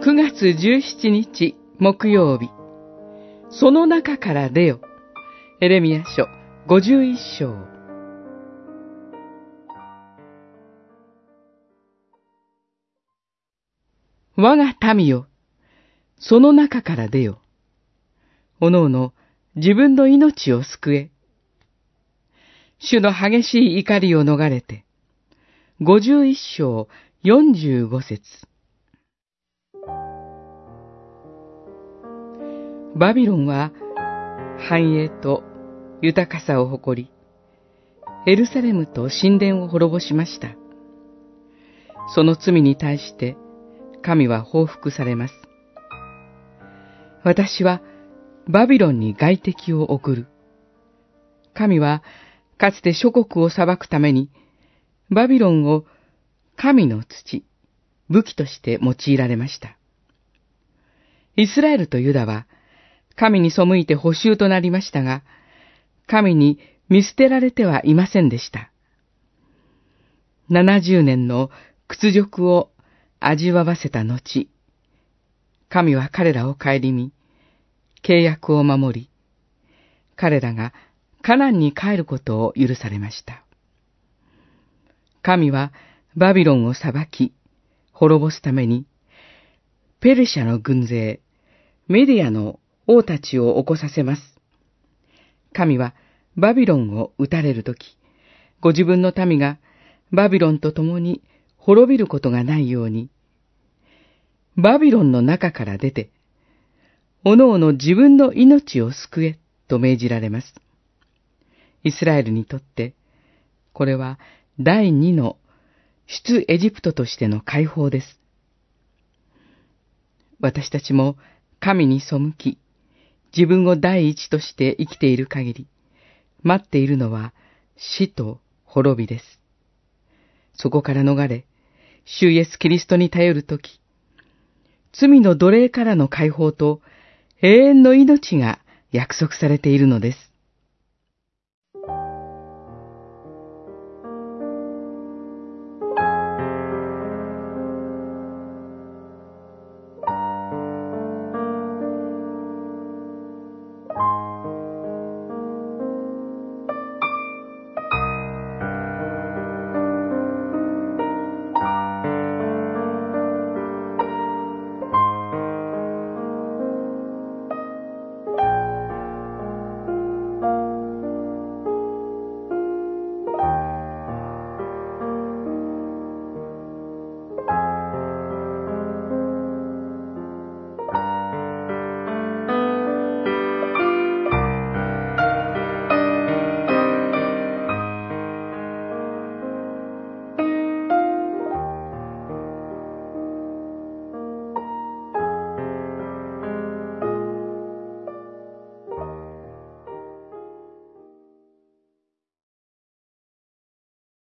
9月17日木曜日、その中から出よ。エレミヤ書51章。我が民よ、その中から出よ。おのおの自分の命を救え。主の激しい怒りを逃れて。51章45節。バビロンは繁栄と豊かさを誇り、エルサレムと神殿を滅ぼしました。その罪に対して神は報復されます。私はバビロンに外敵を送る。神はかつて諸国を裁くためにバビロンを神の土、武器として用いられました。イスラエルとユダは神に背いて捕囚となりましたが、神に見捨てられてはいませんでした。70年の屈辱を味わわせた後、神は彼らを顧み、契約を守り、彼らがカナンに帰ることを許されました。神はバビロンを裁き、滅ぼすために、ペルシャの軍勢、メディアの王たちを起こさせます。神はバビロンを撃たれるとき、ご自分の民がバビロンと共に滅びることがないように、バビロンの中から出て、おのおの自分の命を救えと命じられます。イスラエルにとって、これは第二の出エジプトとしての解放です。私たちも神に背き、自分を第一として生きている限り、待っているのは死と滅びです。そこから逃れ、主イエスキリストに頼るとき、罪の奴隷からの解放と永遠の命が約束されているのです。